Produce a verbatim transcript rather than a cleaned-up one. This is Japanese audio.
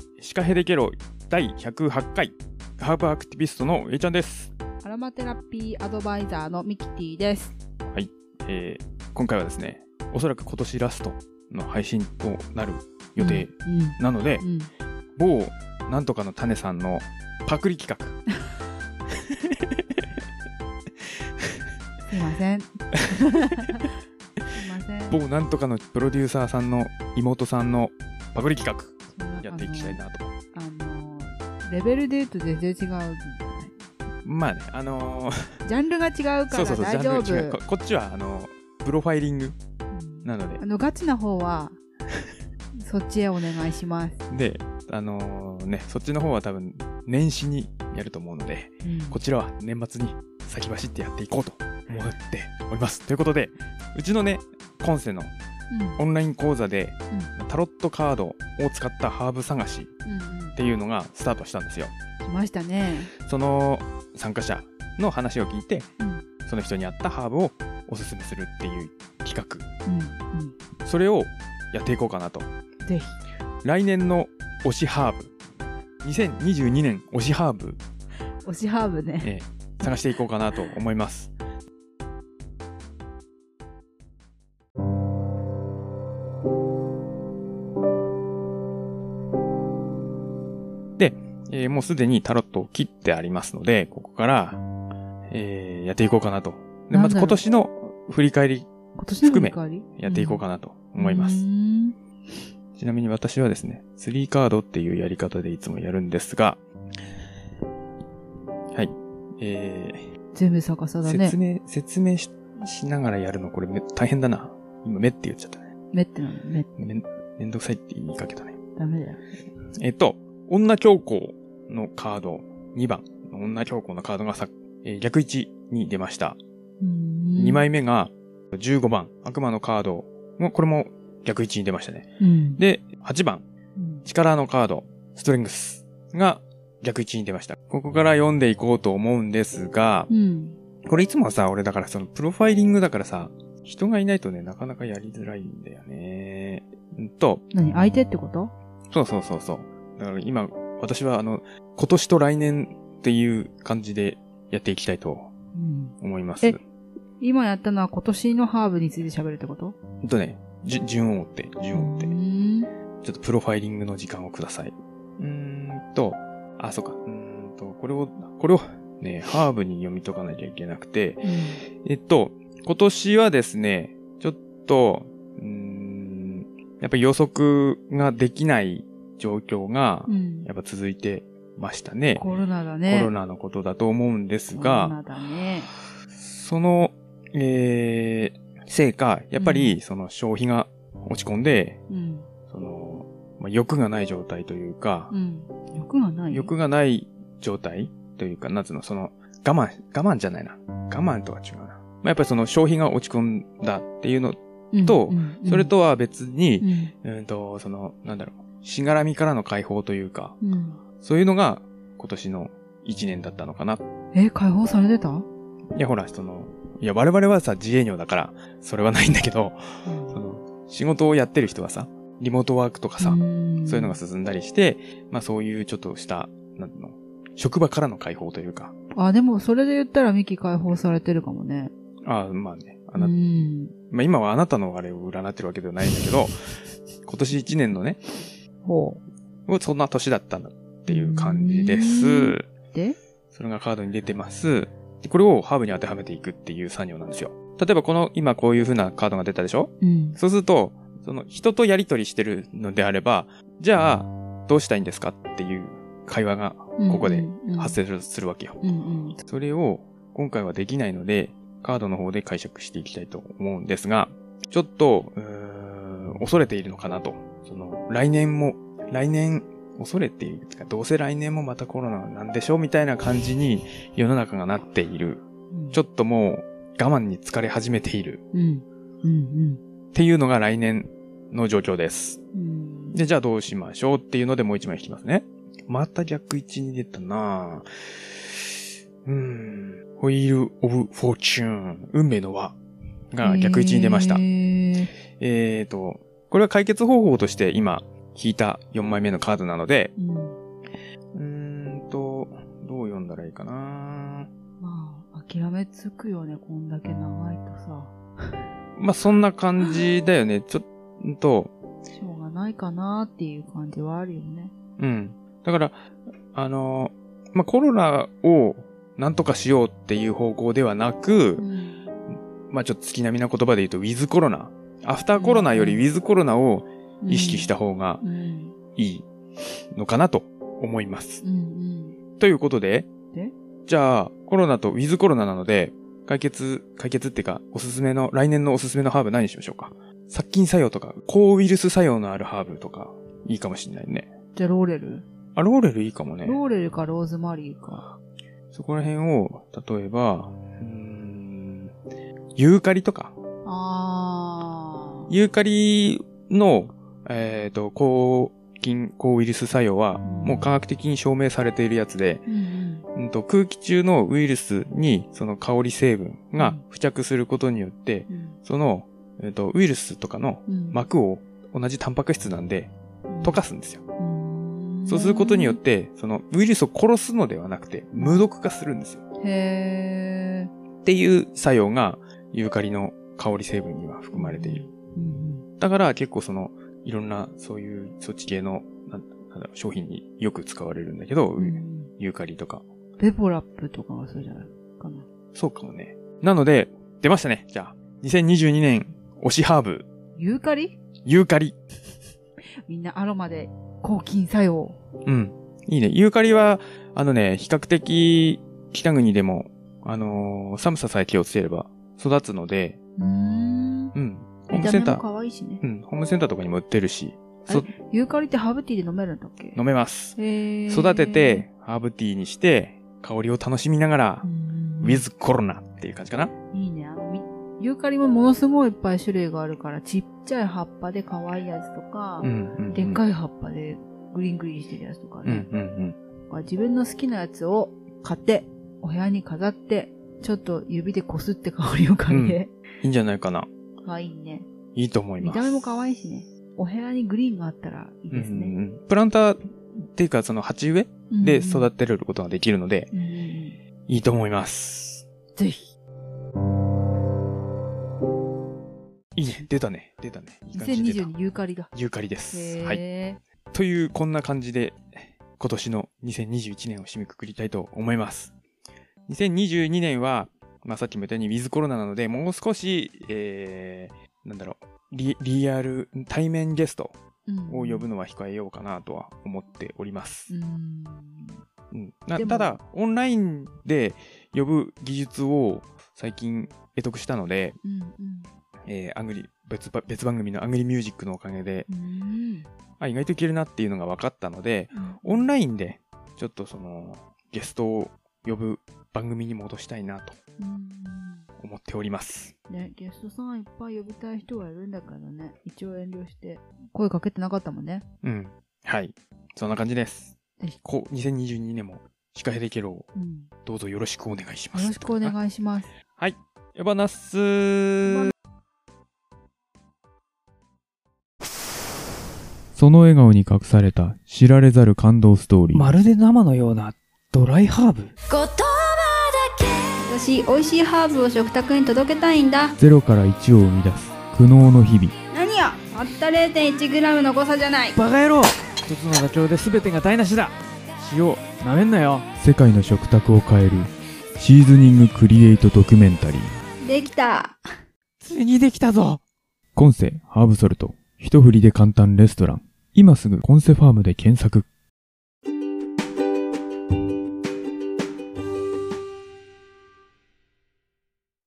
シカヘデケロだいひゃくはちかいハーブアクティビストのえいちゃんです。 アロマテラピーアドバイザーのミキティです。 はい、えー、今回はですね、おそらく今年ラストの配信となる予定なので、うんうん、某なんとかの種さんのパクリ企画すいませんすいません。 某なんとかのプロデューサーさんの妹さんのパクリ企画やっていきたいなと。 あのレベルで言うと全然違う。 まあね、あのー、 ジャンルが違うから大丈夫。そうそうそう、ジャンルが違う。 こ, こっちはあのプロファイリングなので、うん、 あのガチな方はそっちへお願いします。 で、あのー、ね、そっちの方は多分年始にやると思うので、うん、こちらは年末に先走ってやっていこうと思っております。ということで、うちのね、今世のオンライン講座で、うん、タロットカードを使ったハーブ探しっていうのがスタートしたんですよ。 来ましたね。 その参加者の話を聞いて、うん、その人に合ったハーブをおすすめするっていう企画、うんうん、それをやっていこうかなと。 ぜひ来年の推しハーブ、にせんにじゅうにねん推しハーブ、 推しハーブね、 えー、探していこうかなと思います。で、えー、もうすでにタロットを切ってありますので、ここから、えー、やっていこうかなと。で、まず今年の振り返り含めやっていこうかなと思います。うん、ちなみに私はですね、スリーカードっていうやり方でいつもやるんですが、はい。えー、 全部逆さだね。 説明、説明 し, しながらやるのこれ大変だな。今、目って言っちゃったね。 目ってなの目め。めんどくさいって言いかけたね。 ダメだよ。 えっと、女教皇のカードにばんの女教皇のカードがさ、えー、逆位置に出ました。にまいめがじゅうごばん悪魔のカードもこれも逆位置に出ましたね。うん、で、はちばん、うん、力のカードストレングスが逆位置に出ました。ここから読んでいこうと思うんですが、うん、これいつもさ、俺だからそのプロファイリングだからさ、人がいないとね、なかなかやりづらいんだよね。んと。 何？相手ってこと？ そうそうそうそう。だから今、私はあの、今年と来年っていう感じでやっていきたいと思います。うん、 え、今やったのは今年のハーブについて喋るってこと？ ほんとね、じ順を追って、順を追って。ちょっとプロファイリングの時間をください。うーんと、あ、そうか。うーんと、これを、これをね、ハーブに読み解かなきゃいけなくて、うん、えっと、今年はですね、ちょっと、うーん、やっぱり予測ができない状況が、やっぱ続いてましたね、 うん。コロナだね。 コロナのことだと思うんですが、 コロナだね。 その、えー、せいか、やっぱり、その消費が落ち込んで、うん、その、まあ、欲がない状態というか、うん、 欲がない欲がない状態というか、なんつうの、その、我慢、我慢じゃないな。我慢とは違うな。まあ、やっぱりその消費が落ち込んだっていうのと、うんうんうん、それとは別に、うん、うんと、その、なんだろう、しがらみからの解放というか、うん、そういうのが今年の一年だったのかな。 え、解放されてた？ いや、ほら、その、いや、我々はさ、自営業だから、それはないんだけど、うん、その、仕事をやってる人はさ、リモートワークとかさ、そういうのが進んだりして、まあそういうちょっとした、なんていうの、職場からの解放というか。 あ、でもそれで言ったらミキ解放されてるかもね。 ああ、まあね。あな、まあ今はあなたのあれを占ってるわけではないんだけど、今年一年のね、 ほう。そんな年だったんだっていう感じです。 で？ それがカードに出てます。で、これをハーブに当てはめていくっていう作業なんですよ。例えばこの、今こういう風なカードが出たでしょ？うん。そうすると、その人とやり取りしてるのであれば、じゃあ、どうしたいんですかっていう会話がここで発生するわけよ。うんうん、それを今回はできないので、カードの方で解釈していきたいと思うんですが、ちょっと、うーん、恐れているのかなと。その、来年も、来年、恐れているか、どうせ来年もまたコロナなんでしょみたいな感じに世の中がなっている。うん、ちょっともう我慢に疲れ始めている。うんうんうん、っていうのが来年の状況です。うん、で、じゃあどうしましょうっていうのでもう一枚引きますね。また逆位置に出たなぁ。うーん。ホイール・オブ・フォーチューン。運命の輪が逆位置に出ました。えーと、これは解決方法として今引いたよんまいめのカードなので、 うん、 うーんと、どう読んだらいいかな。 まあ、諦めつくよね、こんだけ長いとさ。 まあ、そんな感じだよね。ちょっと。 しょうがないかなっていう感じはあるよね。 うん。だから、あの、まあ、コロナをなんとかしようっていう方向ではなく、うん、まあ、ちょっと月並みな言葉で言うと、ウィズコロナ。アフターコロナよりウィズコロナを意識した方がいいのかなと思います。 うんうん、 ということで、 でじゃあ、コロナとウィズコロナなので、解決、解決っていうか、おすすめの、来年のおすすめのハーブ何にしましょうか。殺菌作用とか、抗ウイルス作用のあるハーブとか、いいかもしれないね。 じゃあ、ローレルあ、ローレルいいかもね。 ローレルかローズマリーか。 そこら辺を、例えば、うーん、ユーカリとか。 あー。 ユーカリの、えっと、抗菌、抗ウイルス作用は、もう科学的に証明されているやつで、 うんうんと、空気中のウイルスに、その香り成分が付着することによって、うん、その、えっと、ウイルスとかの膜を同じタンパク質なんで、溶かすんですよ。うん、そうすることによって、その、ウイルスを殺すのではなくて、無毒化するんですよ。 へー。っていう作用が、ユーカリの香り成分には含まれている。うん、だから結構その、いろんなそういうそっち系のなんなんだろう商品によく使われるんだけど、うん、ユーカリとか。 ベボラップとかはそうじゃないかな。 そうかもね。なので、出ましたね。じゃあ、にせんにじゅうにねん推しハーブ。 ユーカリ？ ユーカリ。 みんなアロマで抗菌作用。 うん。いいね。ユーカリは、あのね、比較的北国でも、あのー、寒ささえ気をつければ育つので、 うーん。 うん。ホームセンター。 可愛いしね。 うん。ホームセンターとかにも売ってるし。 ユーカリってハーブティーで飲めるんだっけ？ 飲めます。 へー。 育てて、ハーブティーにして、香りを楽しみながら、ウィズコロナっていう感じかな。 いいね。あの、ユーカリもものすごいいっぱい種類があるから、ちっちゃい葉っぱで可愛いやつとか、うんうんうん、でっかい葉っぱでグリーングリーンしてるやつとかね。うんうんうん、自分の好きなやつを買って、お部屋に飾って、ちょっと指でこすって香りを嗅いで、 うん。いいんじゃないかな。 可愛いね。 いいと思います。 見た目も可愛いしね。お部屋にグリーンがあったらいいですね。 うんうん、プランターっていうか、その鉢植えで育てることができるので、うんうん、いいと思います。 ぜひ。 いいね。出たね。出たね。いいにせんにじゅうにユーカリが。 ユーカリです。はい。という、こんな感じで、今年のにせんにじゅういちねんを締めくくりたいと思います。にせんにじゅうにねんは、まあ、さっきも言ったようにウィズコロナなので、もう少し、えー、なんだろう、リ、リアル、対面ゲストを呼ぶのは控えようかなとは思っております。うんうん、なただ、オンラインで呼ぶ技術を最近得得したので、うんうんえー、アングリ別、別番組のアングリミュージックのおかげで、うんあ、意外といけるなっていうのが分かったので、うん、オンラインでちょっとそのゲストを呼ぶ番組に戻したいなと思っております。 ね、ゲストさんいっぱい呼びたい人がいるんだからね、一応遠慮して声かけてなかったもんね。 うん。はい。そんな感じです。こう、にせんにじゅうにねんもシカヘデケロをどうぞよろしくお願いします。 よろしくお願いします。 はい。エバナスー。その笑顔に隠された知られざる感動ストーリー。 まるで生のようなドライハーブ。言葉だけ。私、美味しいハーブを食卓に届けたいんだ。 ゼロからいちを生み出す苦悩の日々。 何や、たった れいてんいちグラム の誤差じゃない。 バカ野郎。一つの妥協で全てが台無しだ。塩、なめんなよ。 世界の食卓を変えるシーズニングクリエイトドキュメンタリー。 できた。 ついにできたぞ。 コンセハーブソルト。一振りで簡単レストラン。今すぐコンセファームで検索。